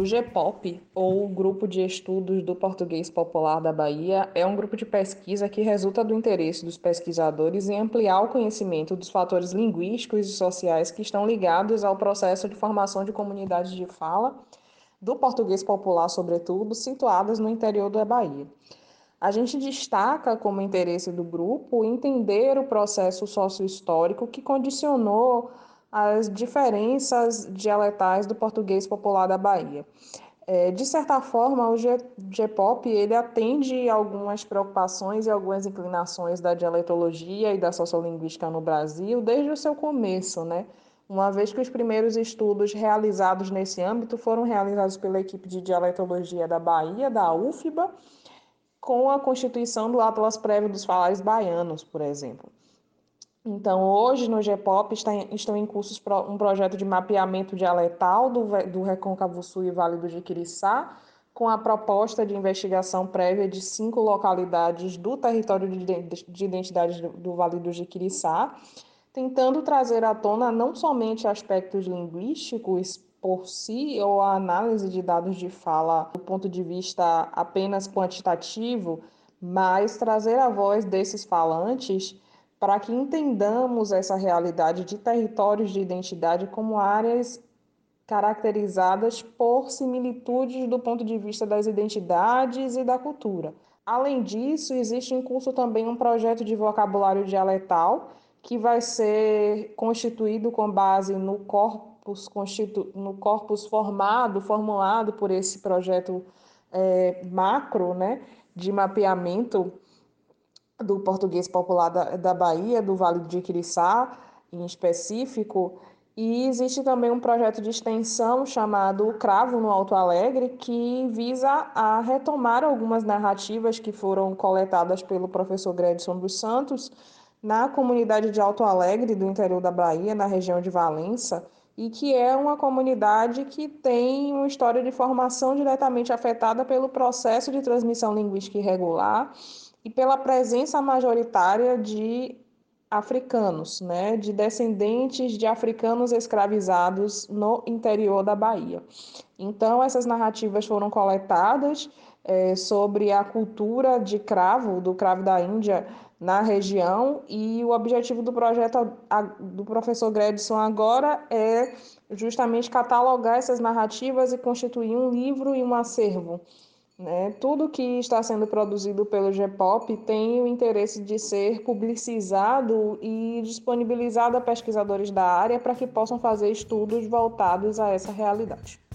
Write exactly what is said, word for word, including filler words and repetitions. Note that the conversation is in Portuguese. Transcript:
O GEPOP, ou Grupo de Estudos do Português Popular da Bahia, é um grupo de pesquisa que resulta do interesse dos pesquisadores em ampliar o conhecimento dos fatores linguísticos e sociais que estão ligados ao processo de formação de comunidades de fala, do português popular, sobretudo, situadas no interior da Bahia. A gente destaca como interesse do grupo entender o processo sociohistórico que condicionou as diferenças dialetais do português popular da Bahia. É, de certa forma, o G- GEPOP ele atende algumas preocupações e algumas inclinações da dialetologia e da sociolinguística no Brasil desde o seu começo, né? Uma vez que os primeiros estudos realizados nesse âmbito foram realizados pela equipe de dialetologia da Bahia, da U F B A, com a constituição do Atlas Prévio dos Falares Baianos, por exemplo. Então, hoje no GEPOP está em, estão em curso um projeto de mapeamento dialetal do, do Recôncavo Sul e Vale do Jiquiriçá, com a proposta de investigação prévia de cinco localidades do território de identidade do, do Vale do Jiquiriçá, tentando trazer à tona não somente aspectos linguísticos por si ou a análise de dados de fala do ponto de vista apenas quantitativo, mas trazer a voz desses falantes para que entendamos essa realidade de territórios de identidade como áreas caracterizadas por similitudes do ponto de vista das identidades e da cultura. Além disso, existe em curso também um projeto de vocabulário dialetal que vai ser constituído com base no corpus, constitu... no corpus formado, formulado por esse projeto é, macro, né, de mapeamento do português popular da, da Bahia, do Vale do Jiquiriçá, em específico. E existe também um projeto de extensão chamado Cravo no Alto Alegre, que visa a retomar algumas narrativas que foram coletadas pelo professor Gredson dos Santos na comunidade de Alto Alegre, do interior da Bahia, na região de Valença, e que é uma comunidade que tem uma história de formação diretamente afetada pelo processo de transmissão linguística irregular e pela presença majoritária de africanos, né, de descendentes de africanos escravizados no interior da Bahia. Então, essas narrativas foram coletadas é, sobre a cultura de cravo, do cravo da Índia, na região, e o objetivo do projeto do professor Gredson agora é justamente catalogar essas narrativas e constituir um livro e um acervo, né? Tudo que está sendo produzido pelo GEPOP tem o interesse de ser publicizado e disponibilizado a pesquisadores da área para que possam fazer estudos voltados a essa realidade.